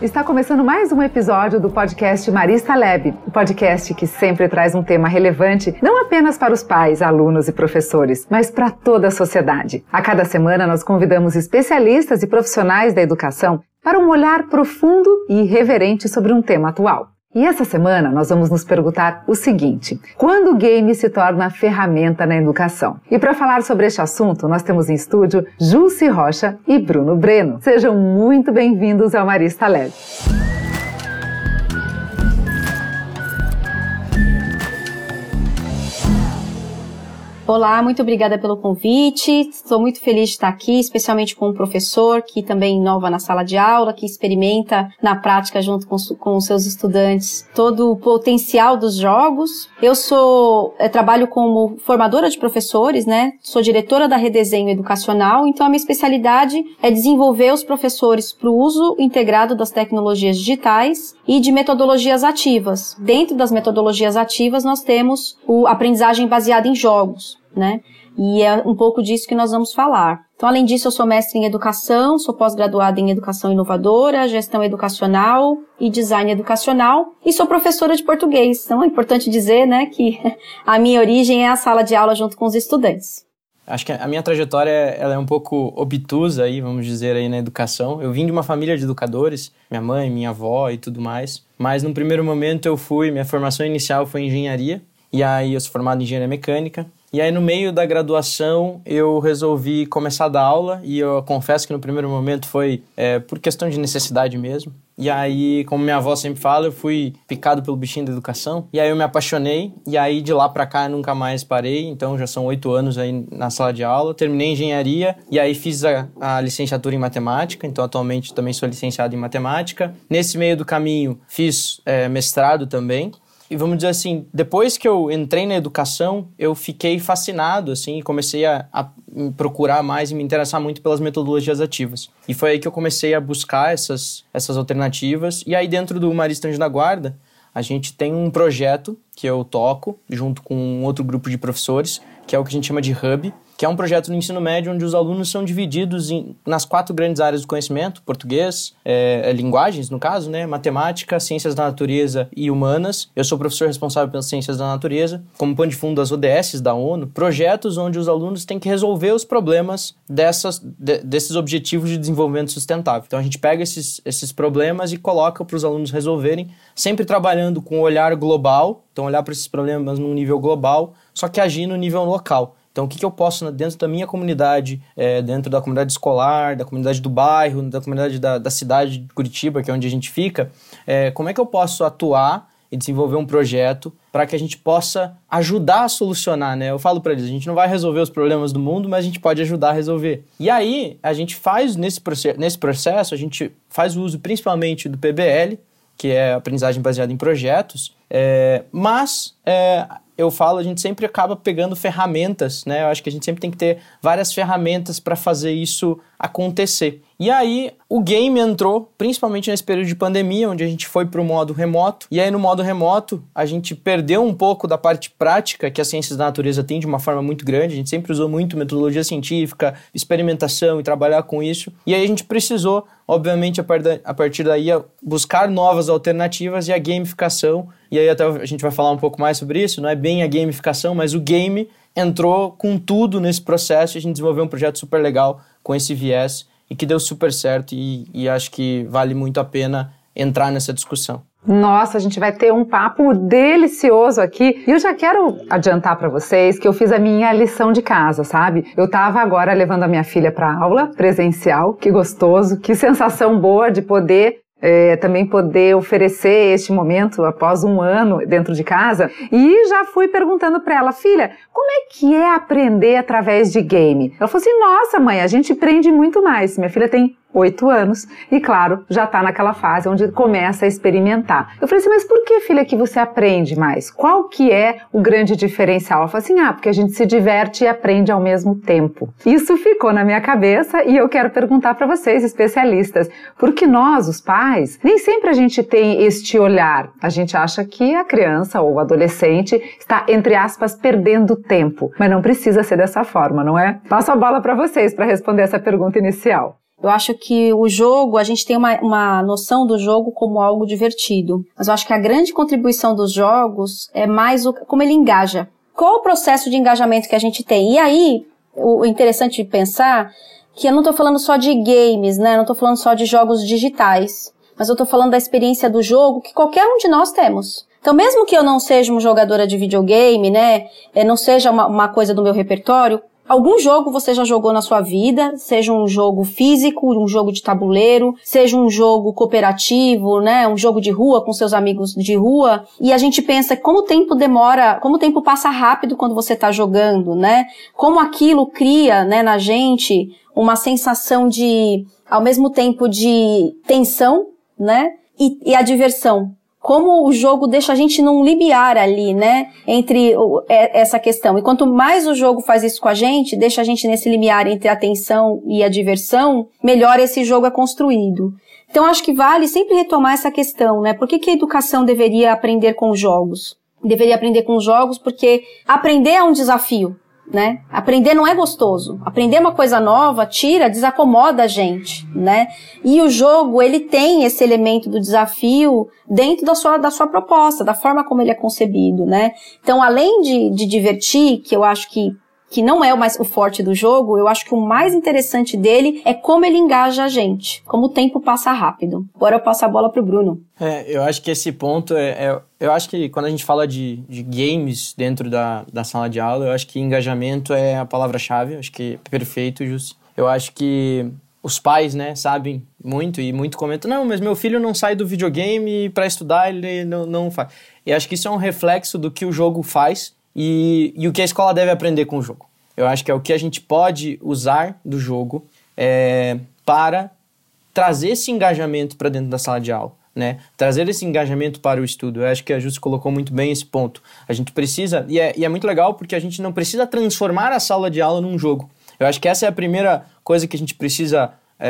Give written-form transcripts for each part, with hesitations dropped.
Está começando mais um episódio do podcast Marista Lab, o podcast que sempre traz um tema relevante, não apenas para os pais, alunos e professores, mas para toda a sociedade. A cada semana nós convidamos especialistas e profissionais da educação para um olhar profundo e irreverente sobre um tema atual. E essa semana nós vamos nos perguntar o seguinte: quando o game se torna ferramenta na educação? E para falar sobre este assunto, nós temos em estúdio Jussi Rocha e Bruno Breno. Sejam muito bem-vindos ao Marista Lab. Olá, muito obrigada pelo convite. Estou muito feliz de estar aqui, especialmente com um professor que também inova na sala de aula, que experimenta na prática junto com os seus estudantes todo o potencial dos jogos. Eu trabalho como formadora de professores, né? Sou diretora da Redesenho Educacional, então a minha especialidade é desenvolver os professores para o uso integrado das tecnologias digitais e de metodologias ativas. Dentro das metodologias ativas nós temos a aprendizagem baseada em jogos, né? E é um pouco disso que nós vamos falar. Então, além disso, eu sou mestre em educação, sou pós-graduada em educação inovadora, gestão educacional e design educacional e sou professora de português. Então, é importante dizer, né, que a minha origem é a sala de aula junto com os estudantes. Acho que a minha trajetória ela é um pouco obtusa, aí, vamos dizer, aí na educação. Eu vim de uma família de educadores, minha mãe, minha avó e tudo mais. Mas, num primeiro momento, minha formação inicial foi em engenharia. E aí, eu sou formado em engenharia mecânica. E aí, no meio da graduação, eu resolvi começar a dar aula. E eu confesso que no primeiro momento foi por questão de necessidade mesmo. E aí, como minha avó sempre fala, eu fui picado pelo bichinho da educação. E aí eu me apaixonei. E aí, de lá pra cá, eu nunca mais parei. Então, já são 8 anos aí na sala de aula. Terminei engenharia. E aí, fiz a licenciatura em matemática. Então, atualmente, também sou licenciado em matemática. Nesse meio do caminho, fiz mestrado também. E vamos dizer assim, depois que eu entrei na educação, eu fiquei fascinado, assim, e comecei a procurar mais e me interessar muito pelas metodologias ativas. E foi aí que eu comecei a buscar essas alternativas. E aí, dentro do Marista Anjo da Guarda, a gente tem um projeto que eu toco, junto com um outro grupo de professores, que é o que a gente chama de Hub, que é um projeto no ensino médio onde os alunos são divididos nas 4 grandes áreas do conhecimento: português, linguagens, no caso, né, matemática, ciências da natureza e humanas. Eu sou professor responsável pelas ciências da natureza, como pano de fundo das ODS da ONU, projetos onde os alunos têm que resolver os problemas desses objetivos de desenvolvimento sustentável. Então a gente pega esses problemas e coloca para os alunos resolverem, sempre trabalhando com um olhar global, então olhar para esses problemas num nível global, só que agir no nível local. Então, o que eu posso, dentro da minha comunidade, dentro da comunidade escolar, da comunidade do bairro, da comunidade da cidade de Curitiba, que é onde a gente fica, como é que eu posso atuar e desenvolver um projeto para que a gente possa ajudar a solucionar, né? Eu falo para eles, a gente não vai resolver os problemas do mundo, mas a gente pode ajudar a resolver. E aí, a gente faz, nesse processo, a gente faz o uso principalmente do PBL, que é a aprendizagem baseada em projetos, a gente sempre acaba pegando ferramentas, né? Eu acho que a gente sempre tem que ter várias ferramentas para fazer isso acontecer. E aí, o game entrou, principalmente nesse período de pandemia, onde a gente foi para o modo remoto. E aí, no modo remoto, a gente perdeu um pouco da parte prática que as ciências da natureza têm de uma forma muito grande. A gente sempre usou muito metodologia científica, experimentação e trabalhar com isso. E aí, a gente precisou, obviamente, a partir daí, buscar novas alternativas e a gamificação. E aí, até a gente vai falar um pouco mais sobre isso. Não é bem a gamificação, mas o game entrou com tudo nesse processo. E a gente desenvolveu um projeto super legal com esse viés e que deu super certo e acho que vale muito a pena entrar nessa discussão. Nossa, a gente vai ter um papo delicioso aqui. E eu já quero adiantar para vocês que eu fiz a minha lição de casa, sabe? Eu tava agora levando a minha filha para aula presencial. Que gostoso, que sensação boa de poder também poder oferecer este momento após um ano dentro de casa. E já fui perguntando para ela: filha, como é que é aprender através de game? Ela falou assim: nossa mãe, a gente aprende muito mais. Minha filha tem 8 anos e, claro, já está naquela fase onde começa a experimentar. Eu falei assim: mas por que, filha, que você aprende mais? Qual que é o grande diferencial? Ela falou assim: porque a gente se diverte e aprende ao mesmo tempo. Isso ficou na minha cabeça e eu quero perguntar para vocês, especialistas, porque nós, os pais, nem sempre a gente tem este olhar. A gente acha que a criança ou o adolescente está, entre aspas, perdendo tempo, mas não precisa ser dessa forma, não é? Passo a bola para vocês para responder essa pergunta inicial. Eu acho que o jogo, a gente tem uma noção do jogo como algo divertido. Mas eu acho que a grande contribuição dos jogos é mais como ele engaja. Qual o processo de engajamento que a gente tem? E aí, o interessante de pensar que eu não estou falando só de games, né? Eu não estou falando só de jogos digitais. Mas eu estou falando da experiência do jogo que qualquer um de nós temos. Então, mesmo que eu não seja uma jogadora de videogame, né? Não seja uma coisa do meu repertório, algum jogo você já jogou na sua vida, seja um jogo físico, um jogo de tabuleiro, seja um jogo cooperativo, né, um jogo de rua com seus amigos de rua, e a gente pensa como o tempo demora, como o tempo passa rápido quando você está jogando, né, como aquilo cria, né, na gente uma sensação de, ao mesmo tempo de tensão, né, e a diversão. Como o jogo deixa a gente num limiar ali, né, entre essa questão. E quanto mais o jogo faz isso com a gente, deixa a gente nesse limiar entre a tensão e a diversão, melhor esse jogo é construído. Então, acho que vale sempre retomar essa questão, né, por que a educação deveria aprender com os jogos? Deveria aprender com os jogos porque aprender é um desafio, né? Aprender não é gostoso. Aprender uma coisa nova desacomoda a gente, né? E o jogo, ele tem esse elemento do desafio dentro da sua proposta, da forma como ele é concebido, né? Então, além de divertir, que eu acho que não é o forte do jogo, eu acho que o mais interessante dele é como ele engaja a gente, como o tempo passa rápido. Agora eu passo a bola pro Bruno. Eu acho que esse ponto eu acho que quando a gente fala de games dentro da sala de aula, eu acho que engajamento é a palavra-chave, eu acho que é perfeito, Jus. Eu acho que os pais, né, sabem muito e muito comentam, não, mas meu filho não sai do videogame para estudar, ele não faz. E acho que isso é um reflexo do que o jogo faz e o que a escola deve aprender com o jogo. Eu acho que é o que a gente pode usar do jogo para trazer esse engajamento para dentro da sala de aula, né? Trazer esse engajamento para o estudo. Eu acho que a Júcia colocou muito bem esse ponto. A gente precisa, e é muito legal porque a gente não precisa transformar a sala de aula num jogo. Eu acho que essa é a primeira coisa que a gente precisa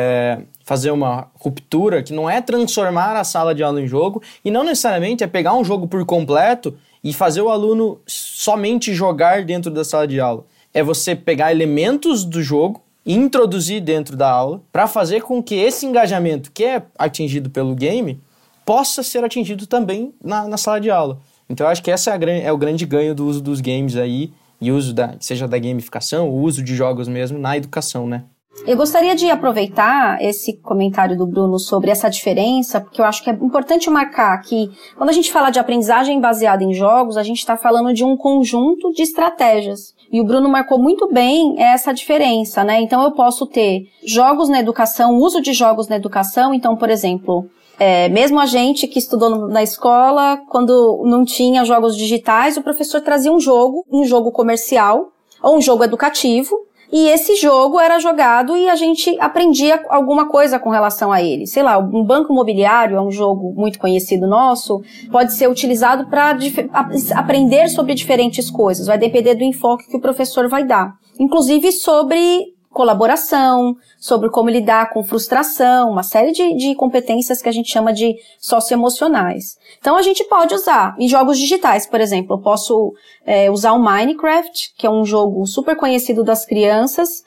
fazer uma ruptura, que não é transformar a sala de aula em jogo, e não necessariamente é pegar um jogo por completo e fazer o aluno somente jogar dentro da sala de aula. É você pegar elementos do jogo e introduzir dentro da aula para fazer com que esse engajamento que é atingido pelo game possa ser atingido também na sala de aula. Então eu acho que essa é o grande ganho do uso dos games aí, e uso seja da gamificação, o uso de jogos mesmo na educação, né? Eu gostaria de aproveitar esse comentário do Bruno sobre essa diferença, porque eu acho que é importante marcar que quando a gente fala de aprendizagem baseada em jogos, a gente está falando de um conjunto de estratégias. E o Bruno marcou muito bem essa diferença, né? Então eu posso ter jogos na educação, uso de jogos na educação. Então, por exemplo, mesmo a gente que estudou na escola, quando não tinha jogos digitais, o professor trazia um jogo comercial ou um jogo educativo. E esse jogo era jogado e a gente aprendia alguma coisa com relação a ele. Sei lá, um banco imobiliário é um jogo muito conhecido nosso, pode ser utilizado para aprender sobre diferentes coisas. Vai depender do enfoque que o professor vai dar. Inclusive sobre colaboração, sobre como lidar com frustração, uma série de competências que a gente chama de socioemocionais. Então a gente pode usar em jogos digitais, por exemplo, eu posso usar o Minecraft, que é um jogo super conhecido das crianças,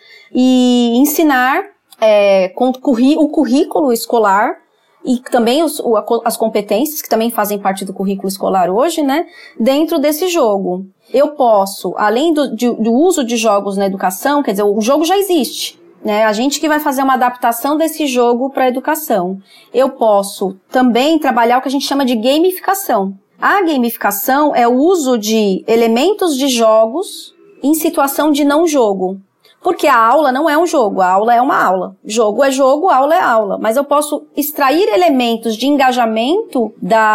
e ensinar com o currículo escolar e também as competências que também fazem parte do currículo escolar hoje, né, dentro desse jogo. Eu posso, além do uso de jogos na educação, quer dizer, o jogo já existe, né? A gente que vai fazer uma adaptação desse jogo para a educação. Eu posso também trabalhar o que a gente chama de gamificação. A gamificação é o uso de elementos de jogos em situação de não jogo. Porque a aula não é um jogo, a aula é uma aula. Jogo é jogo, aula é aula. Mas eu posso extrair elementos de engajamento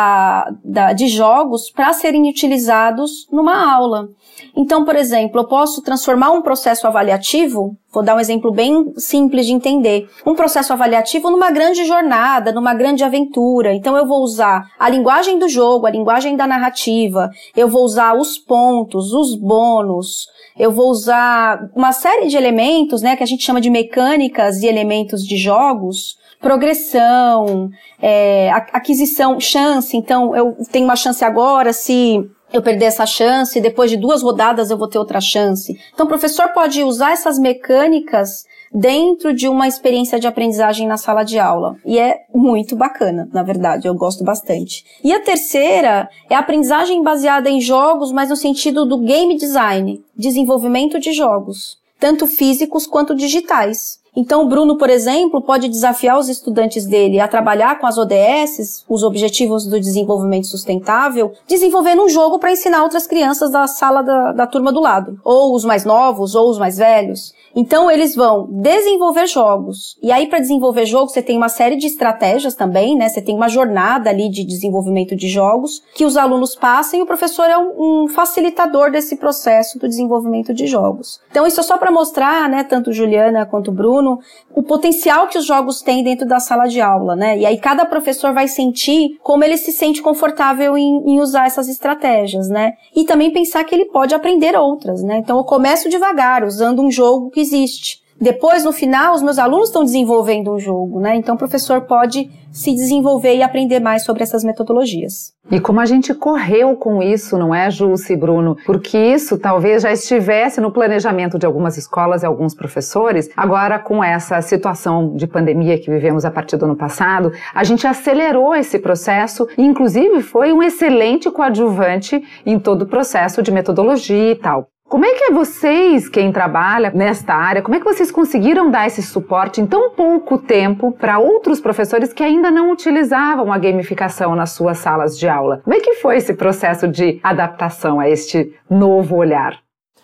de jogos para serem utilizados numa aula. Então, por exemplo, eu posso transformar um processo avaliativo, vou dar um exemplo bem simples de entender, um processo avaliativo numa grande jornada, numa grande aventura. Então, eu vou usar a linguagem do jogo, a linguagem da narrativa, eu vou usar os pontos, os bônus, eu vou usar uma série de elementos, né, que a gente chama de mecânicas e elementos de jogos, progressão, aquisição, chance. Então, eu tenho uma chance agora, se eu perder essa chance, depois de 2 rodadas eu vou ter outra chance. Então, o professor pode usar essas mecânicas dentro de uma experiência de aprendizagem na sala de aula. E é muito bacana, na verdade, eu gosto bastante. E a terceira é a aprendizagem baseada em jogos, mas no sentido do game design, desenvolvimento de jogos, tanto físicos quanto digitais. Então, o Bruno, por exemplo, pode desafiar os estudantes dele a trabalhar com as ODS, os Objetivos do Desenvolvimento Sustentável, desenvolvendo um jogo para ensinar outras crianças da sala da turma do lado, ou os mais novos, ou os mais velhos. Então, eles vão desenvolver jogos. E aí, para desenvolver jogos, você tem uma série de estratégias também, né? Você tem uma jornada ali de desenvolvimento de jogos que os alunos passam e o professor é um facilitador desse processo do desenvolvimento de jogos. Então, isso é só para mostrar, né, tanto Juliana quanto Bruno, o potencial que os jogos têm dentro da sala de aula, né? E aí cada professor vai sentir como ele se sente confortável em usar essas estratégias, né? E também pensar que ele pode aprender outras, né? Então eu começo devagar, usando um jogo que existe. Depois, no final, os meus alunos estão desenvolvendo um jogo, né? Então o professor pode se desenvolver e aprender mais sobre essas metodologias. E como a gente correu com isso, não é, Jússi e Bruno? Porque isso talvez já estivesse no planejamento de algumas escolas e alguns professores. Agora, com essa situação de pandemia que vivemos a partir do ano passado, a gente acelerou esse processo e, inclusive, foi um excelente coadjuvante em todo o processo de metodologia e tal. Como é que vocês, quem trabalha nesta área, como é que vocês conseguiram dar esse suporte em tão pouco tempo para outros professores que ainda não utilizavam a gamificação nas suas salas de aula? Como é que foi esse processo de adaptação a este novo olhar?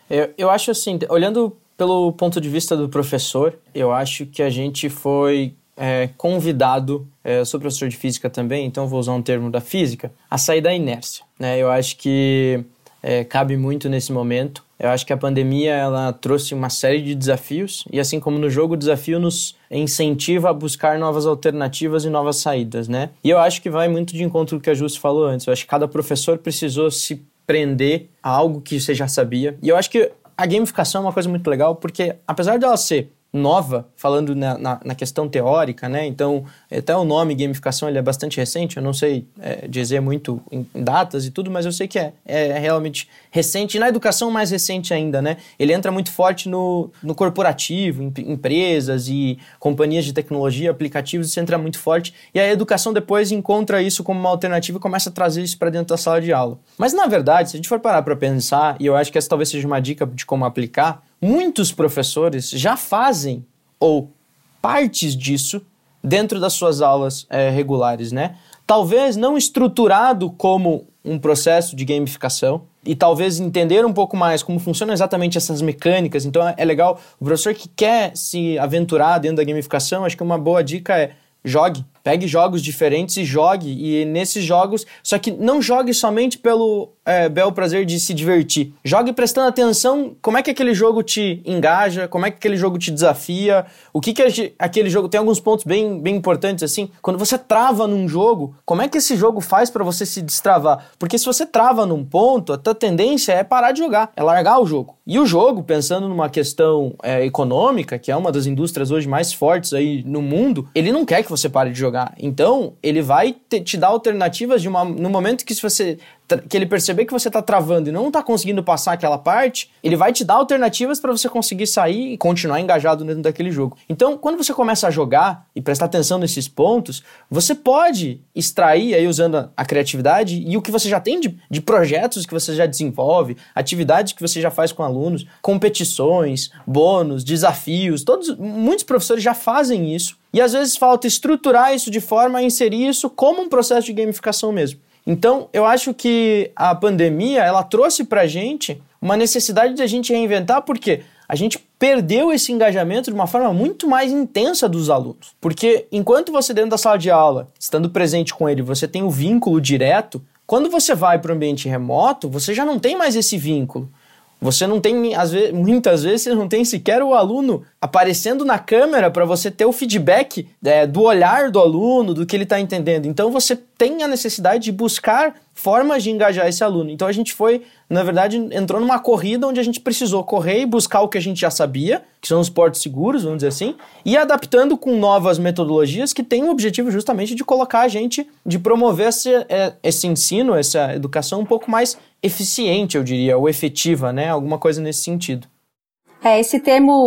Eu acho assim, olhando pelo ponto de vista do professor, eu acho que a gente foi convidado, eu sou professor de física também, então vou usar um termo da física, a sair da inércia, né? Eu acho que cabe muito nesse momento. Eu acho que a pandemia ela trouxe uma série de desafios e assim como no jogo, o desafio nos incentiva a buscar novas alternativas e novas saídas, né? E eu acho que vai muito de encontro com o que a Jússi falou antes. Eu acho que cada professor precisou se prender a algo que você já sabia. E eu acho que a gamificação é uma coisa muito legal porque apesar dela ser nova, falando na questão teórica, né? Então, até o nome gamificação ele é bastante recente, eu não sei dizer muito em datas e tudo, mas eu sei que é realmente recente, e na educação mais recente ainda, né? Ele entra muito forte no corporativo, empresas e companhias de tecnologia, aplicativos, isso entra muito forte, e a educação depois encontra isso como uma alternativa e começa a trazer isso para dentro da sala de aula. Mas, na verdade, se a gente for parar para pensar, e eu acho que essa talvez seja uma dica de como aplicar, muitos professores já fazem ou partes disso dentro das suas aulas regulares, né? Talvez não estruturado como um processo de gamificação e talvez entender um pouco mais como funcionam exatamente essas mecânicas. Então é legal, o professor que quer se aventurar dentro da gamificação, acho que uma boa dica é jogue. Pegue jogos diferentes e jogue, e nesses jogos, só que não jogue somente pelo belo prazer de se divertir. Jogue prestando atenção como é que aquele jogo te engaja, como é que aquele jogo te desafia, o que aquele jogo... Tem alguns pontos bem importantes, assim. Quando você trava num jogo, como é que esse jogo faz para você se destravar? Porque se você trava num ponto, a tua tendência é parar de jogar, é largar o jogo. E o jogo, pensando numa questão econômica, que é uma das indústrias hoje mais fortes aí no mundo, ele não quer que você pare de jogar. Então, ele vai te dar alternativas no momento que que ele perceber que você está travando e não está conseguindo passar aquela parte, ele vai te dar alternativas para você conseguir sair e continuar engajado dentro daquele jogo. Então, quando você começa a jogar e prestar atenção nesses pontos, você pode extrair, aí usando a criatividade e o que você já tem de projetos que você já desenvolve, atividades que você já faz com alunos, competições, bônus, desafios, muitos professores já fazem isso. E às vezes falta estruturar isso de forma a inserir isso como um processo de gamificação mesmo. Então, eu acho que a pandemia, ela trouxe pra gente uma necessidade de a gente reinventar, porque a gente perdeu esse engajamento de uma forma muito mais intensa dos alunos. Porque enquanto você dentro da sala de aula, estando presente com ele, você tem o vínculo direto, quando você vai para o ambiente remoto, você já não tem mais esse vínculo. Você não tem, muitas vezes, você não tem sequer o aluno aparecendo na câmera para você ter o feedback do olhar do aluno, do que ele está entendendo. Então, você tem a necessidade de buscar formas de engajar esse aluno. Então, a gente na verdade, entrou numa corrida onde a gente precisou correr e buscar o que a gente já sabia, que são os portos seguros, vamos dizer assim, e adaptando com novas metodologias que têm o objetivo justamente de colocar a gente, de promover esse ensino, essa educação um pouco mais eficiente, eu diria, ou efetiva, né? Alguma coisa nesse sentido. Esse termo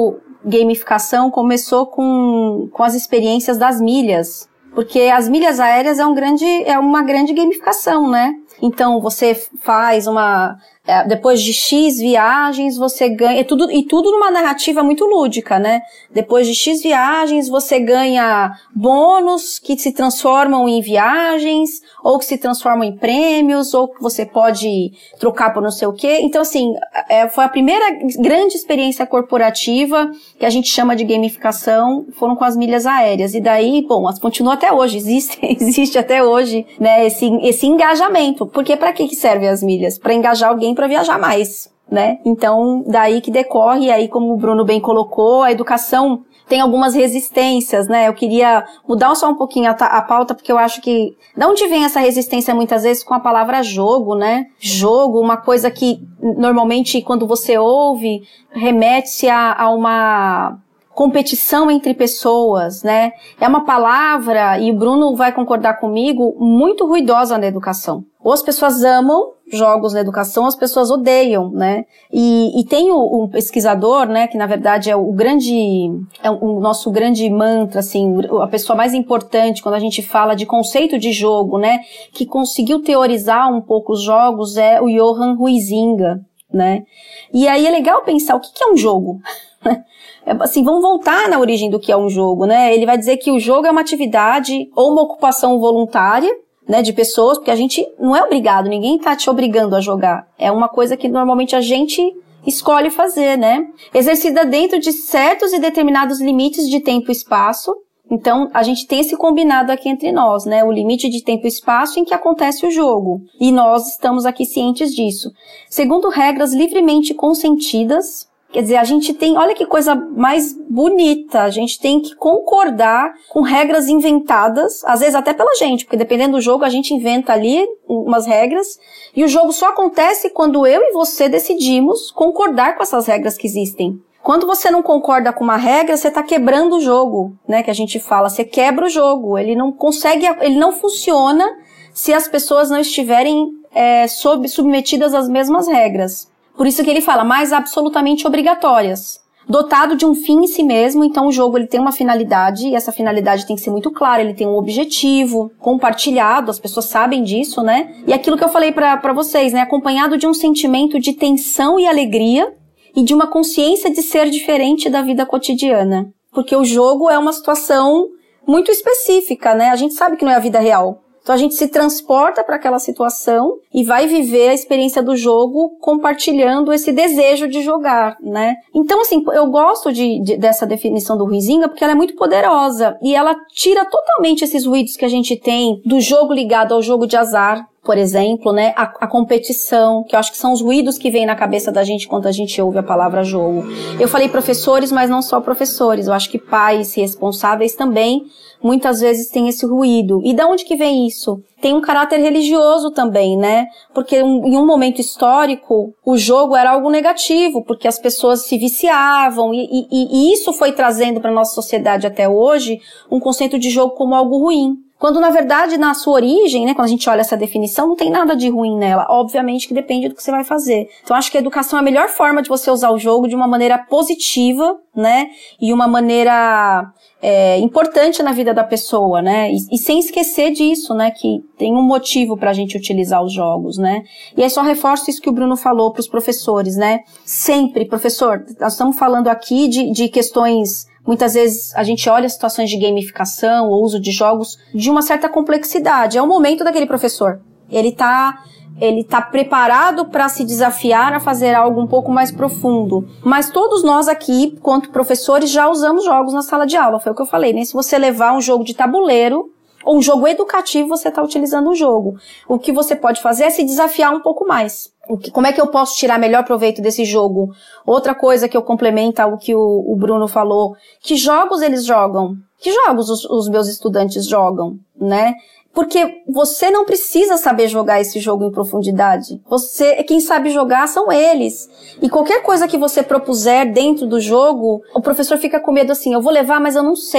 gamificação começou com as experiências das milhas, porque as milhas aéreas é uma grande gamificação, né? Então, você faz depois de X viagens, você ganha, e tudo numa narrativa muito lúdica, né? Depois de X viagens, você ganha bônus que se transformam em viagens, ou que se transformam em prêmios, ou que você pode trocar por não sei o quê. Então, assim, foi a primeira grande experiência corporativa que a gente chama de gamificação, foram com as milhas aéreas. E daí, bom, continua até hoje, existe até hoje, né, esse engajamento. Porque para que servem as milhas? Para engajar alguém para viajar mais, né? Então, daí que decorre, aí como o Bruno bem colocou, a educação tem algumas resistências, né? Eu queria mudar só um pouquinho a pauta, porque eu acho que... De onde vem essa resistência muitas vezes com a palavra jogo, né? Jogo, uma coisa que normalmente quando você ouve, remete-se a uma competição entre pessoas, né? É uma palavra, e o Bruno vai concordar comigo, muito ruidosa na educação. Ou as pessoas amam jogos na educação, as pessoas odeiam, né? E tem um pesquisador, né, que na verdade é o nosso grande mantra, assim, a pessoa mais importante quando a gente fala de conceito de jogo, né, que conseguiu teorizar um pouco os jogos, é o Johan Huizinga, né? E aí é legal pensar o que é um jogo. Assim, vamos voltar na origem do que é um jogo, né? Ele vai dizer que o jogo é uma atividade ou uma ocupação voluntária, né, de pessoas, porque a gente não é obrigado, ninguém tá te obrigando a jogar. É uma coisa que normalmente a gente escolhe fazer, né? Exercida dentro de certos e determinados limites de tempo e espaço. Então, a gente tem esse combinado aqui entre nós, né? O limite de tempo e espaço em que acontece o jogo. E nós estamos aqui cientes disso. Segundo regras livremente consentidas. Quer dizer, a gente tem, olha que coisa mais bonita, a gente tem que concordar com regras inventadas, às vezes até pela gente, porque dependendo do jogo a gente inventa ali umas regras, e o jogo só acontece quando eu e você decidimos concordar com essas regras que existem. Quando você não concorda com uma regra, você está quebrando o jogo, né, que a gente fala, você quebra o jogo, ele não funciona se as pessoas não estiverem submetidas às mesmas regras. Por isso que ele fala, mais absolutamente obrigatórias. Dotado de um fim em si mesmo, então o jogo ele tem uma finalidade, e essa finalidade tem que ser muito clara, ele tem um objetivo compartilhado, as pessoas sabem disso, né? E aquilo que eu falei pra vocês, né? Acompanhado de um sentimento de tensão e alegria, e de uma consciência de ser diferente da vida cotidiana. Porque o jogo é uma situação muito específica, né? A gente sabe que não é a vida real. Então a gente se transporta para aquela situação e vai viver a experiência do jogo compartilhando esse desejo de jogar, né? Então, assim, eu gosto dessa definição do Huizinga porque ela é muito poderosa e ela tira totalmente esses ruídos que a gente tem do jogo ligado ao jogo de azar, por exemplo, né? A competição, que eu acho que são os ruídos que vêm na cabeça da gente quando a gente ouve a palavra jogo. Eu falei professores, mas não só professores. Eu acho que pais responsáveis também muitas vezes têm esse ruído. E de onde que vem isso? Tem um caráter religioso também, né? Porque em um momento histórico, o jogo era algo negativo, porque as pessoas se viciavam, e isso foi trazendo para a nossa sociedade até hoje um conceito de jogo como algo ruim. Quando, na verdade, na sua origem, né, quando a gente olha essa definição, não tem nada de ruim nela. Obviamente que depende do que você vai fazer. Então, acho que a educação é a melhor forma de você usar o jogo de uma maneira positiva, né, e uma maneira importante na vida da pessoa, né, e sem esquecer disso, né, que tem um motivo pra gente utilizar os jogos, né. E aí só reforço isso que o Bruno falou pros professores, né. Sempre, professor, nós estamos falando aqui de questões... Muitas vezes a gente olha situações de gamificação ou uso de jogos de uma certa complexidade. É o momento daquele professor. Ele tá preparado para se desafiar a fazer algo um pouco mais profundo. Mas todos nós aqui, quanto professores, já usamos jogos na sala de aula. Foi o que eu falei, né? Se você levar um jogo de tabuleiro ou um jogo educativo, você está utilizando o jogo. O que você pode fazer é se desafiar um pouco mais. Como é que eu posso tirar melhor proveito desse jogo? Outra coisa que eu complemento ao que o Bruno falou, que jogos eles jogam? Que jogos os meus estudantes jogam, né? Porque você não precisa saber jogar esse jogo em profundidade. Quem sabe jogar são eles. E qualquer coisa que você propuser dentro do jogo, o professor fica com medo assim, eu vou levar, mas eu não sei.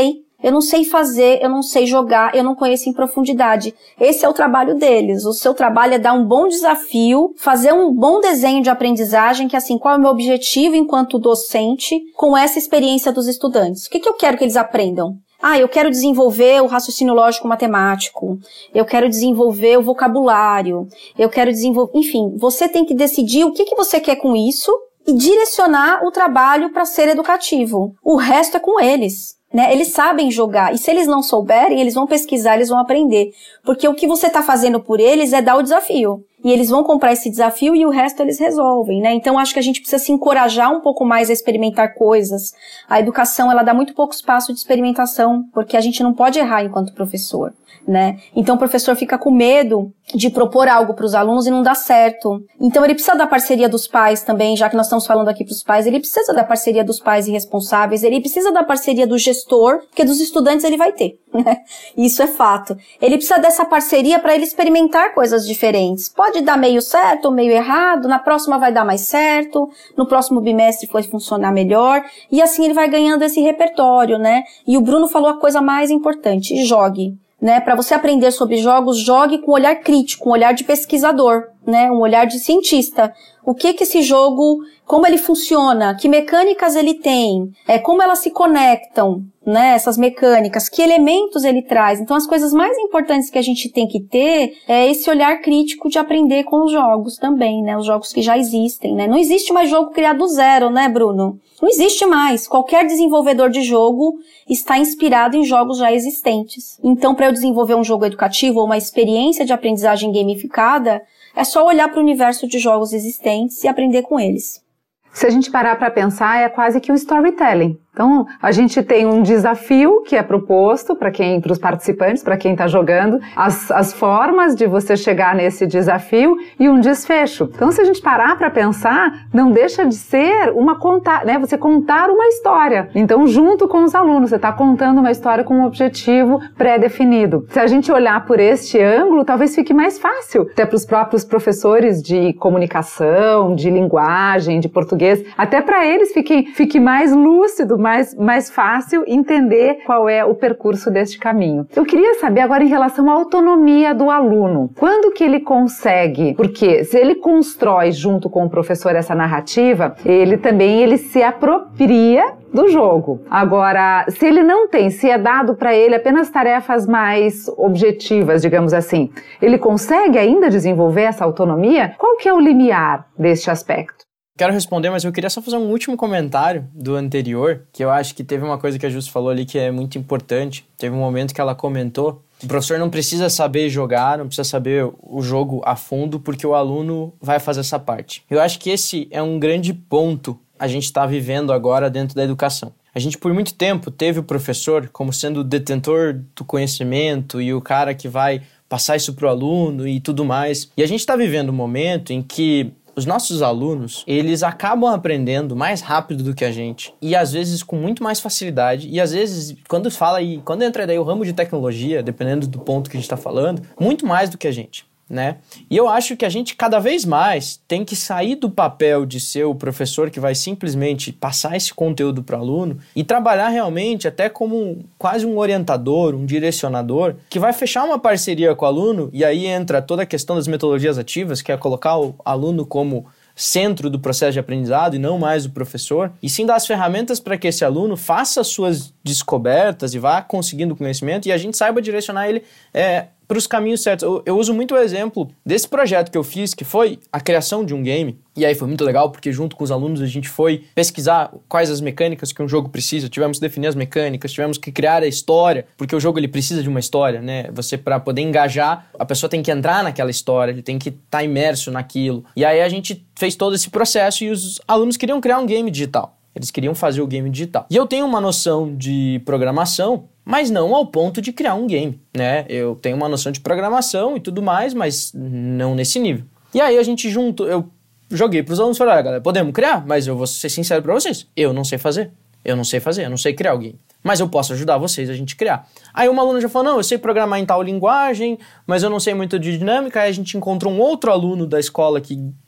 Eu não sei fazer, eu não sei jogar, eu não conheço em profundidade. Esse é o trabalho deles. O seu trabalho é dar um bom desafio, fazer um bom desenho de aprendizagem, que assim, qual é o meu objetivo enquanto docente com essa experiência dos estudantes? O que eu quero que eles aprendam? Eu quero desenvolver o raciocínio lógico matemático, eu quero desenvolver o vocabulário, eu quero desenvolver... Enfim, você tem que decidir o que você quer com isso e direcionar o trabalho para ser educativo. O resto é com eles. Né? Eles sabem jogar, e se eles não souberem, eles vão pesquisar, eles vão aprender, porque o que você está fazendo por eles é dar o desafio, e eles vão comprar esse desafio e o resto eles resolvem, né? Então acho que a gente precisa se encorajar um pouco mais a experimentar coisas. A educação, ela dá muito pouco espaço de experimentação, porque a gente não pode errar enquanto professor, né? Então o professor fica com medo de propor algo para os alunos e não dá certo. Então ele precisa da parceria dos pais também, já que nós estamos falando aqui para os pais, ele precisa da parceria dos pais e responsáveis, ele precisa da parceria do gestor, porque dos estudantes ele vai ter, né? Isso é fato. Ele precisa dessa parceria para ele experimentar coisas diferentes. Pode dar meio certo ou meio errado, na próxima vai dar mais certo, no próximo bimestre vai funcionar melhor, e assim ele vai ganhando esse repertório, né? E o Bruno falou a coisa mais importante, jogue. Né, para você aprender sobre jogos, jogue com um olhar crítico, um olhar de pesquisador, né, um olhar de cientista. O que esse jogo, como ele funciona, que mecânicas ele tem, como elas se conectam, né, essas mecânicas, que elementos ele traz. Então as coisas mais importantes que a gente tem que ter é esse olhar crítico de aprender com os jogos também, né, os jogos que já existem, né. Não existe mais jogo criado do zero, né, Bruno? Não existe mais. Qualquer desenvolvedor de jogo está inspirado em jogos já existentes. Então, para eu desenvolver um jogo educativo ou uma experiência de aprendizagem gamificada, é só olhar para o universo de jogos existentes e aprender com eles. Se a gente parar para pensar, é quase que um storytelling. Então, a gente tem um desafio que é proposto para os participantes, para quem está jogando, as formas de você chegar nesse desafio e um desfecho. Então, se a gente parar para pensar, não deixa de ser você contar uma história. Então, junto com os alunos, você está contando uma história com um objetivo pré-definido. Se a gente olhar por este ângulo, talvez fique mais fácil, até para os próprios professores de comunicação, de linguagem, de português, até para eles fique mais lúcido, mais fácil entender qual é o percurso deste caminho. Eu queria saber agora em relação à autonomia do aluno. Quando que ele consegue? Porque se ele constrói junto com o professor essa narrativa, ele se apropria do jogo. Agora, se ele não tem, se é dado para ele apenas tarefas mais objetivas, digamos assim, ele consegue ainda desenvolver essa autonomia? Qual que é o limiar deste aspecto? Quero responder, mas eu queria só fazer um último comentário do anterior, que eu acho que teve uma coisa que a Jus falou ali que é muito importante. Teve um momento que ela comentou, o professor não precisa saber jogar, não precisa saber o jogo a fundo, porque o aluno vai fazer essa parte. Eu acho que esse é um grande ponto a gente está vivendo agora dentro da educação. A gente, por muito tempo, teve o professor como sendo o detentor do conhecimento e o cara que vai passar isso para o aluno e tudo mais. E a gente está vivendo um momento em que os nossos alunos, eles acabam aprendendo mais rápido do que a gente e às vezes com muito mais facilidade e às vezes quando entra daí o ramo de tecnologia, dependendo do ponto que a gente está falando, muito mais do que a gente, né? E eu acho que a gente cada vez mais tem que sair do papel de ser o professor que vai simplesmente passar esse conteúdo para o aluno e trabalhar realmente até como quase um orientador, um direcionador, que vai fechar uma parceria com o aluno, e aí entra toda a questão das metodologias ativas, que é colocar o aluno como centro do processo de aprendizado e não mais o professor, e sim dar as ferramentas para que esse aluno faça as suas descobertas e vá conseguindo conhecimento e a gente saiba direcionar ele para os caminhos certos. Eu uso muito o exemplo desse projeto que eu fiz, que foi a criação de um game, e aí foi muito legal porque junto com os alunos a gente foi pesquisar quais as mecânicas que um jogo precisa, tivemos que definir as mecânicas, tivemos que criar a história, porque o jogo ele precisa de uma história, né? Você, para poder engajar, a pessoa tem que entrar naquela história, ele tem que estar imerso naquilo. E aí a gente fez todo esse processo e os alunos queriam criar um game digital. Eles queriam fazer o game digital. E eu tenho uma noção de programação, mas não ao ponto de criar um game, né? Eu tenho uma noção de programação e tudo mais, mas não nesse nível. E aí a gente eu joguei para os alunos e falei, galera, podemos criar? Mas eu vou ser sincero para vocês, eu não sei fazer, eu não sei criar o game. Mas eu posso ajudar vocês a gente criar. Aí uma aluna já falou, não, eu sei programar em tal linguagem, mas eu não sei muito de dinâmica. Aí a gente encontrou um outro aluno da escola que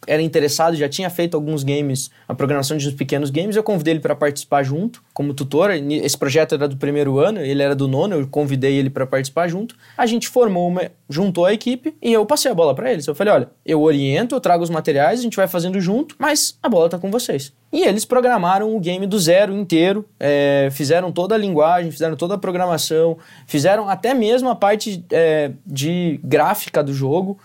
era interessado, já tinha feito alguns games, a programação de uns pequenos games, eu convidei ele para participar junto, como tutor. Esse projeto era do primeiro ano, ele era do nono, eu convidei ele para participar junto. A gente juntou a equipe e eu passei a bola para eles. Eu falei, olha, eu oriento, eu trago os materiais, a gente vai fazendo junto, mas a bola tá com vocês. E eles programaram o game do zero inteiro, fizeram toda a linguagem, fizeram toda a programação, fizeram até mesmo a parte de gráfica do jogo,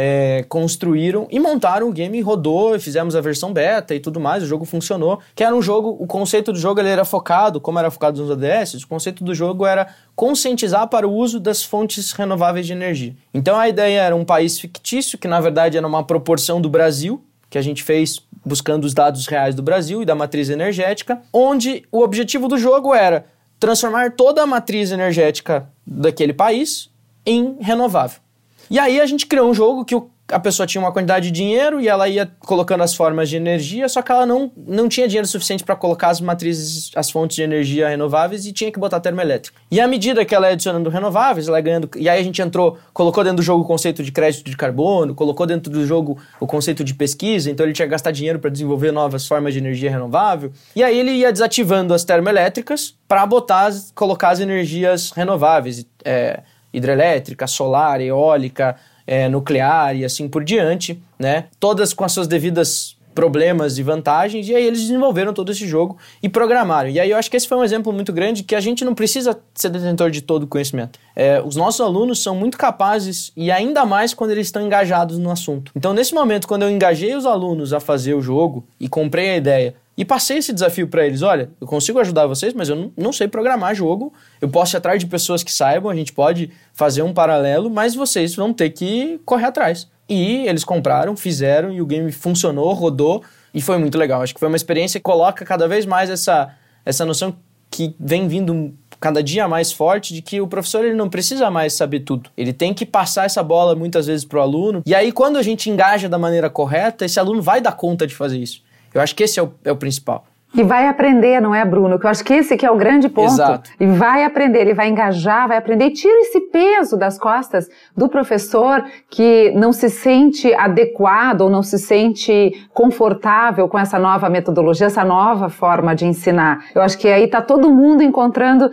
construíram e montaram o game, rodou, fizemos a versão beta e tudo mais, o jogo funcionou, que era um jogo, o conceito do jogo ele era focado, como era focado nos ODS, o conceito do jogo era conscientizar para o uso das fontes renováveis de energia. Então a ideia era um país fictício, que na verdade era uma proporção do Brasil, que a gente fez buscando os dados reais do Brasil e da matriz energética, onde o objetivo do jogo era transformar toda a matriz energética daquele país em renovável. E aí a gente criou um jogo que a pessoa tinha uma quantidade de dinheiro e ela ia colocando as formas de energia, só que ela não tinha dinheiro suficiente para colocar as matrizes, as fontes de energia renováveis e tinha que botar termoelétrica. E à medida que ela ia adicionando renováveis, ela ia ganhando... E aí a gente colocou dentro do jogo o conceito de crédito de carbono, colocou dentro do jogo o conceito de pesquisa, então ele tinha que gastar dinheiro para desenvolver novas formas de energia renovável. E aí ele ia desativando as termoelétricas para colocar as energias renováveis, hidrelétrica, solar, eólica, nuclear e assim por diante, né? Todas com as suas devidas problemas e vantagens, e aí eles desenvolveram todo esse jogo e programaram. E aí eu acho que esse foi um exemplo muito grande que a gente não precisa ser detentor de todo o conhecimento. Os nossos alunos são muito capazes, e ainda mais quando eles estão engajados no assunto. Então, nesse momento, quando eu engajei os alunos a fazer o jogo e comprei a ideia, e passei esse desafio para eles, olha, eu consigo ajudar vocês, mas eu não sei programar jogo, eu posso ir atrás de pessoas que saibam, a gente pode fazer um paralelo, mas vocês vão ter que correr atrás. E eles compraram, fizeram, e o game funcionou, rodou, e foi muito legal. Acho que foi uma experiência que coloca cada vez mais essa noção que vem vindo cada dia mais forte de que o professor ele não precisa mais saber tudo. Ele tem que passar essa bola muitas vezes pro aluno, e aí quando a gente engaja da maneira correta, esse aluno vai dar conta de fazer isso. Eu acho que esse é o principal. E vai aprender, não é, Bruno? Que eu acho que esse que é o grande ponto. Exato. E vai aprender, ele vai engajar, vai aprender. E tira esse peso das costas do professor que não se sente adequado ou não se sente confortável com essa nova metodologia, essa nova forma de ensinar. Eu acho que aí está todo mundo encontrando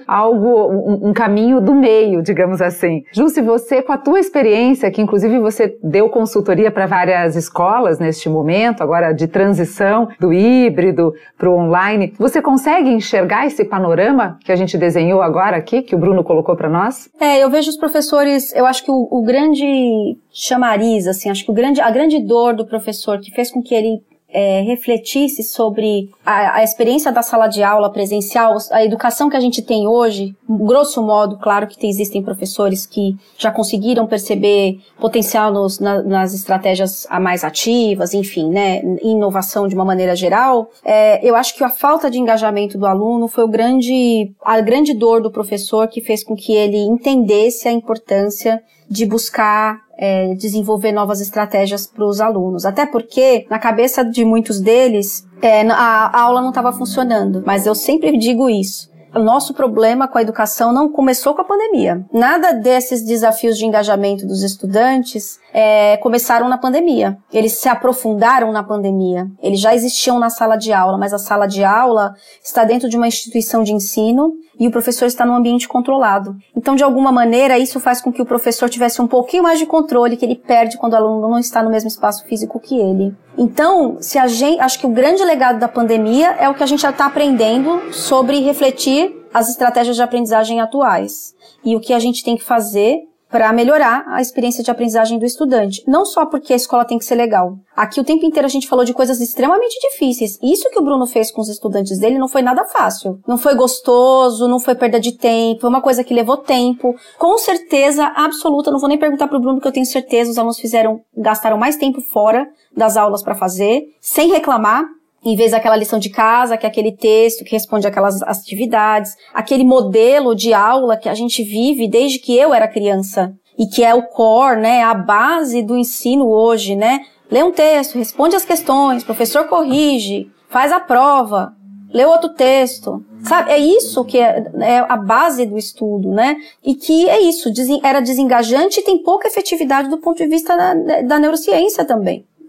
um caminho do meio, digamos assim. Ju, se você, com a tua experiência, que inclusive você deu consultoria para várias escolas neste momento, agora de transição do híbrido para o online, você consegue enxergar esse panorama que a gente desenhou agora aqui, que o Bruno colocou para nós? Eu vejo os professores, eu acho que o grande chamariz, assim, acho que a grande dor do professor que fez com que ele refletisse sobre a experiência da sala de aula presencial, a educação que a gente tem hoje, grosso modo, claro que existem professores que já conseguiram perceber potencial nas estratégias mais ativas, enfim, né, inovação de uma maneira geral. Eu acho que a falta de engajamento do aluno foi a grande dor do professor que fez com que ele entendesse a importância de buscar desenvolver novas estratégias para os alunos. Até porque, na cabeça de muitos deles, a aula não estava funcionando. Mas eu sempre digo isso. O nosso problema com a educação não começou com a pandemia. Nada desses desafios de engajamento dos estudantes começaram na pandemia. Eles se aprofundaram na pandemia. Eles já existiam na sala de aula, mas a sala de aula está dentro de uma instituição de ensino e o professor está num ambiente controlado. Então, de alguma maneira, isso faz com que o professor tivesse um pouquinho mais de controle, que ele perde quando o aluno não está no mesmo espaço físico que ele. Então, acho que o grande legado da pandemia é o que a gente já está aprendendo sobre refletir as estratégias de aprendizagem atuais e o que a gente tem que fazer para melhorar a experiência de aprendizagem do estudante. Não só porque a escola tem que ser legal. Aqui o tempo inteiro a gente falou de coisas extremamente difíceis. Isso que o Bruno fez com os estudantes dele não foi nada fácil. Não foi gostoso, não foi perda de tempo, foi uma coisa que levou tempo. Com certeza absoluta, não vou nem perguntar pro Bruno, que eu tenho certeza, os alunos gastaram mais tempo fora das aulas para fazer, sem reclamar. Em vez daquela lição de casa, que é aquele texto que responde aquelas atividades, aquele modelo de aula que a gente vive desde que eu era criança e que é o core, né, a base do ensino hoje, né? Lê um texto, responde as questões, professor corrige, faz a prova, lê outro texto, sabe? É isso que é a base do estudo, né? E que é isso, era desengajante e tem pouca efetividade do ponto de vista da neurociência também.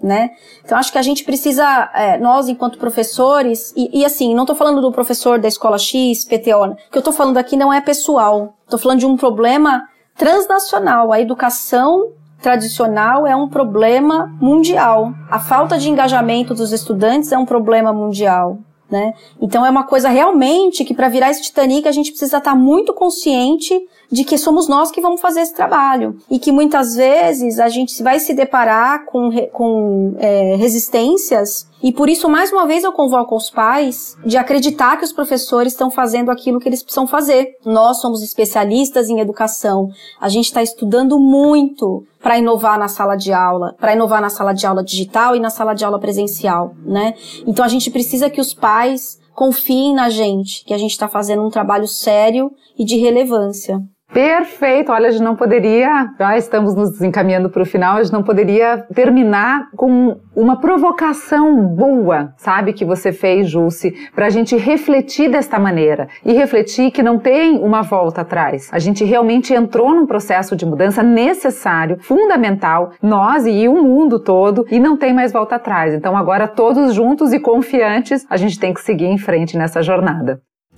né? Então, acho que a gente precisa, nós, enquanto professores, e assim, não estou falando do professor da escola X, PTO, o que eu estou falando aqui não é pessoal, estou falando de um problema transnacional. A educação tradicional é um problema mundial. A falta de engajamento dos estudantes é um problema mundial, né? Então, é uma coisa realmente que para virar esse Titanic a gente precisa estar muito consciente de que somos nós que vamos fazer esse trabalho e que muitas vezes a gente vai se deparar com resistências, e por isso mais uma vez eu convoco os pais de acreditar que os professores estão fazendo aquilo que eles precisam fazer. Nós somos especialistas em educação, a gente está estudando muito para inovar na sala de aula, digital e na sala de aula presencial, né? Então a gente precisa que os pais confiem na gente, que a gente está fazendo um trabalho sério e de relevância. Perfeito, olha, a gente não poderia, já estamos nos encaminhando para o final, a gente não poderia terminar com uma provocação boa, sabe, que você fez, Jússi, para a gente refletir desta maneira e refletir que não tem uma volta atrás. A gente realmente entrou num processo de mudança necessário, fundamental, nós e o mundo todo, e não tem mais volta atrás. Então agora todos juntos e confiantes, a gente tem que seguir em frente nessa jornada.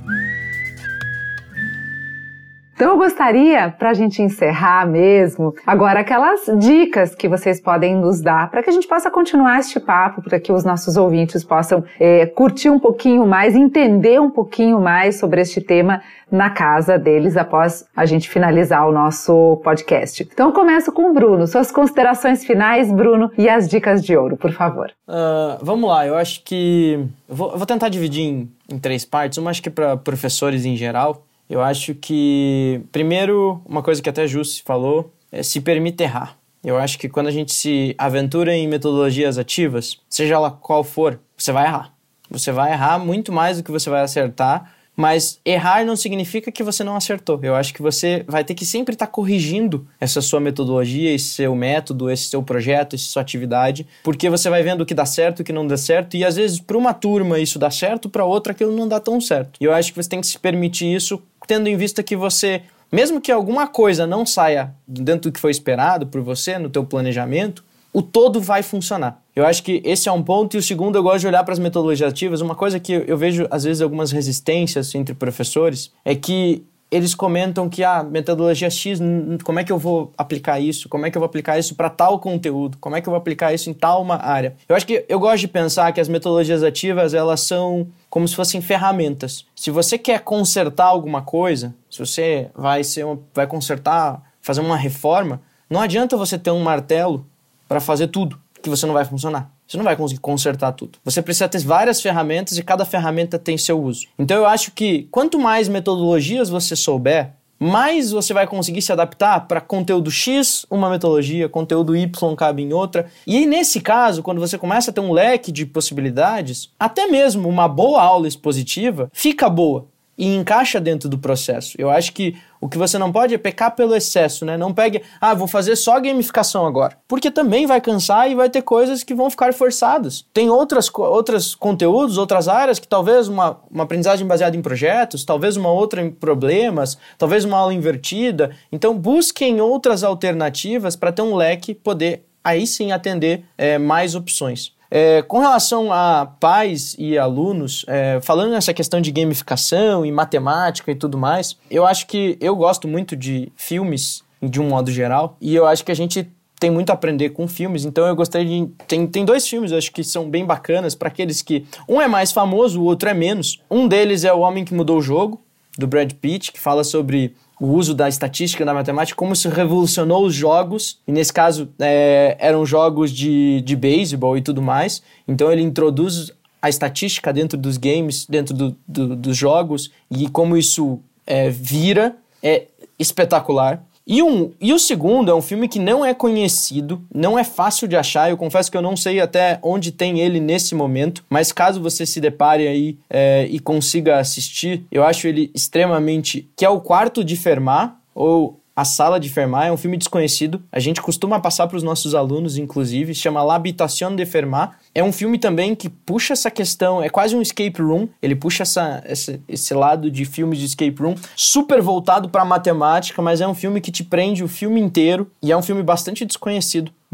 Então eu gostaria, para a gente encerrar mesmo, agora aquelas dicas que vocês podem nos dar para que a gente possa continuar este papo, para que os nossos ouvintes possam curtir um pouquinho mais, entender um pouquinho mais sobre este tema na casa deles após a gente finalizar o nosso podcast. Então eu começo com o Bruno. Suas considerações finais, Bruno, e as dicas de ouro, por favor. Vamos lá, eu acho que... Eu vou tentar dividir em 3 partes. Uma acho que para professores em geral. Eu acho que, primeiro, uma coisa que até a Jússi falou, é se permite errar. Eu acho que quando a gente se aventura em metodologias ativas, seja ela qual for, você vai errar. Você vai errar muito mais do que você vai acertar, mas errar não significa que você não acertou. Eu acho que você vai ter que sempre estar corrigindo essa sua metodologia, esse seu método, esse seu projeto, essa sua atividade, porque você vai vendo o que dá certo, o que não dá certo, e às vezes para uma turma isso dá certo, para outra aquilo não dá tão certo. E eu acho que você tem que se permitir isso, tendo em vista que você, mesmo que alguma coisa não saia dentro do que foi esperado por você, no teu planejamento, o todo vai funcionar. Eu acho que esse é um ponto. E o segundo, eu gosto de olhar para as metodologias ativas. Uma coisa que eu vejo, às vezes, algumas resistências entre professores é que eles comentam que metodologia X, como é que eu vou aplicar isso? Como é que eu vou aplicar isso para tal conteúdo? Como é que eu vou aplicar isso em tal uma área? Eu acho que eu gosto de pensar que as metodologias ativas, elas são como se fossem ferramentas. Se você quer consertar alguma coisa, se você vai consertar, fazer uma reforma, não adianta você ter um martelo para fazer tudo, que você não vai funcionar. Você não vai conseguir consertar tudo. Você precisa ter várias ferramentas e cada ferramenta tem seu uso. Então eu acho que quanto mais metodologias você souber, mais você vai conseguir se adaptar para conteúdo X, uma metodologia, conteúdo Y cabe em outra. E aí, nesse caso, quando você começa a ter um leque de possibilidades, até mesmo uma boa aula expositiva fica boa e encaixa dentro do processo. Eu acho que o que você não pode é pecar pelo excesso, né? Não pegue, vou fazer só gamificação agora. Porque também vai cansar e vai ter coisas que vão ficar forçadas. Tem outros conteúdos, outras áreas que talvez uma aprendizagem baseada em projetos, talvez uma outra em problemas, talvez uma aula invertida. Então busquem outras alternativas para ter um leque, poder aí sim atender mais opções. Com relação a pais e alunos, falando nessa questão de gamificação e matemática e tudo mais, eu acho que eu gosto muito de filmes de um modo geral, e eu acho que a gente tem muito a aprender com filmes, então eu gostaria de... Tem 2 filmes, eu acho que são bem bacanas para aqueles que... Um é mais famoso, o outro é menos. Um deles é O Homem que Mudou o Jogo, do Brad Pitt, que fala sobre o uso da estatística, da matemática, como isso revolucionou os jogos, e nesse caso eram jogos de beisebol e tudo mais, então ele introduz a estatística dentro dos games, dentro dos jogos, e como isso vira, é espetacular. E o segundo é um filme que não é conhecido, não é fácil de achar, eu confesso que eu não sei até onde tem ele nesse momento, mas caso você se depare aí e consiga assistir, eu acho ele extremamente... que é o Quarto de Fermat, ou A Sala de Fermat, é um filme desconhecido, a gente costuma passar para os nossos alunos, inclusive, se chama L'Habitation de Fermat. É um filme também que puxa essa questão, é quase um escape room, ele puxa esse lado de filmes de escape room, super voltado para matemática, mas é um filme que te prende o filme inteiro, e é um filme bastante desconhecido.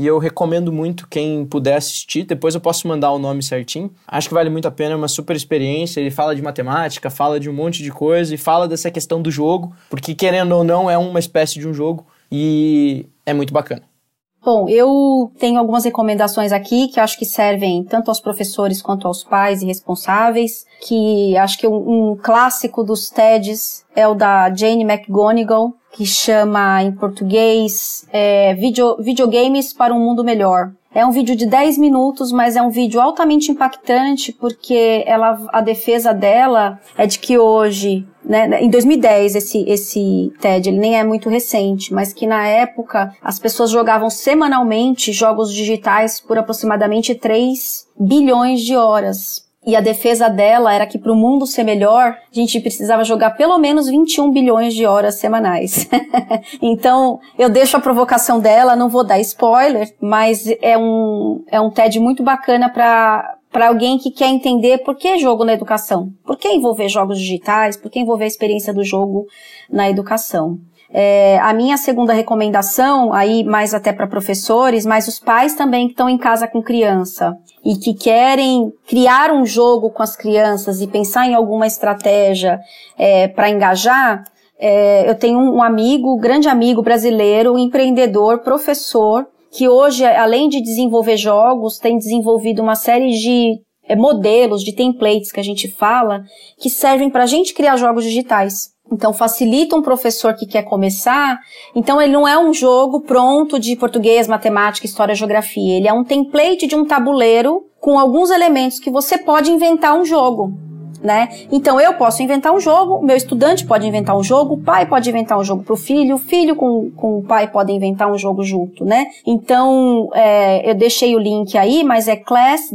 e eu recomendo muito quem puder assistir. Depois eu posso mandar o nome certinho. Acho que vale muito a pena, é uma super experiência. Ele fala de matemática, fala de um monte de coisa e fala dessa questão do jogo, porque querendo ou não é uma espécie de um jogo e é muito bacana. Bom, eu tenho algumas recomendações aqui que acho que servem tanto aos professores quanto aos pais e responsáveis, que acho que um clássico dos TEDs é o da Jane McGonigal, que chama em português Videogames para um Mundo Melhor. É um vídeo de 10 minutos, mas é um vídeo altamente impactante porque a defesa dela é de que hoje, né, em 2010 esse TED, ele nem é muito recente, mas que na época as pessoas jogavam semanalmente jogos digitais por aproximadamente 3 bilhões de horas. E a defesa dela era que para o mundo ser melhor, a gente precisava jogar pelo menos 21 bilhões de horas semanais. Então, eu deixo a provocação dela, não vou dar spoiler, mas é um TED muito bacana para alguém que quer entender por que jogo na educação. Por que envolver jogos digitais? Por que envolver a experiência do jogo na educação? A minha segunda recomendação, aí mais até para professores, mas os pais também que estão em casa com criança e que querem criar um jogo com as crianças e pensar em alguma estratégia para engajar, eu tenho um amigo, grande amigo brasileiro, empreendedor, professor, que hoje, além de desenvolver jogos, tem desenvolvido uma série de modelos, de templates que a gente fala, que servem para a gente criar jogos digitais. Então, facilita um professor que quer começar. Então, ele não é um jogo pronto de português, matemática, história, geografia. Ele é um template de um tabuleiro com alguns elementos que você pode inventar um jogo, né? Então, eu posso inventar um jogo, o meu estudante pode inventar um jogo, o pai pode inventar um jogo para o filho com o pai pode inventar um jogo junto, né? Então, eu deixei o link aí, mas é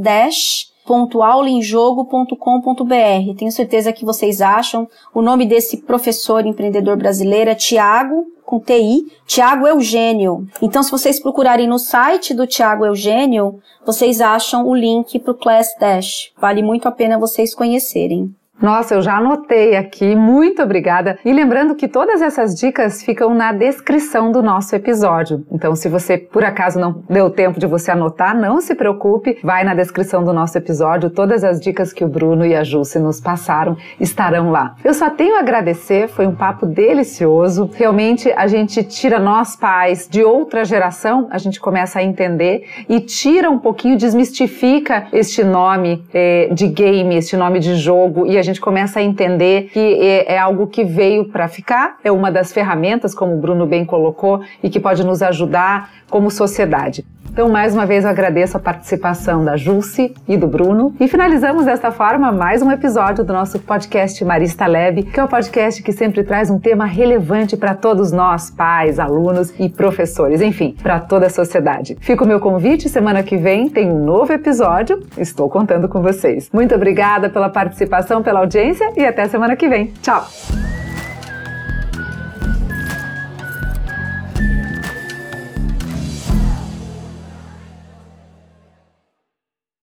class-aulaemjogo.com.br. Tenho certeza que vocês acham. O nome desse professor empreendedor brasileiro é Tiago, com TI, Tiago Eugênio. Então, se vocês procurarem no site do Tiago Eugênio, vocês acham o link para o Class Dash. Vale muito a pena vocês conhecerem. Nossa, eu já anotei aqui, muito obrigada. E lembrando que todas essas dicas ficam na descrição do nosso episódio. Então, se você, por acaso, não deu tempo de você anotar, não se preocupe, vai na descrição do nosso episódio, todas as dicas que o Bruno e a Jusce nos passaram estarão lá. Eu só tenho a agradecer, foi um papo delicioso. Realmente, a gente tira nós pais de outra geração, a gente começa a entender e tira um pouquinho, desmistifica este nome de game, este nome de jogo, e a gente começa a entender que é algo que veio para ficar, é uma das ferramentas, como o Bruno bem colocou, e que pode nos ajudar como sociedade. Então, mais uma vez, eu agradeço a participação da Jusce e do Bruno. E finalizamos desta forma mais um episódio do nosso podcast Marista Lab, que é o podcast que sempre traz um tema relevante para todos nós, pais, alunos e professores, enfim, para toda a sociedade. Fica o meu convite, semana que vem tem um novo episódio, estou contando com vocês. Muito obrigada pela participação, pela audiência e até semana que vem. Tchau!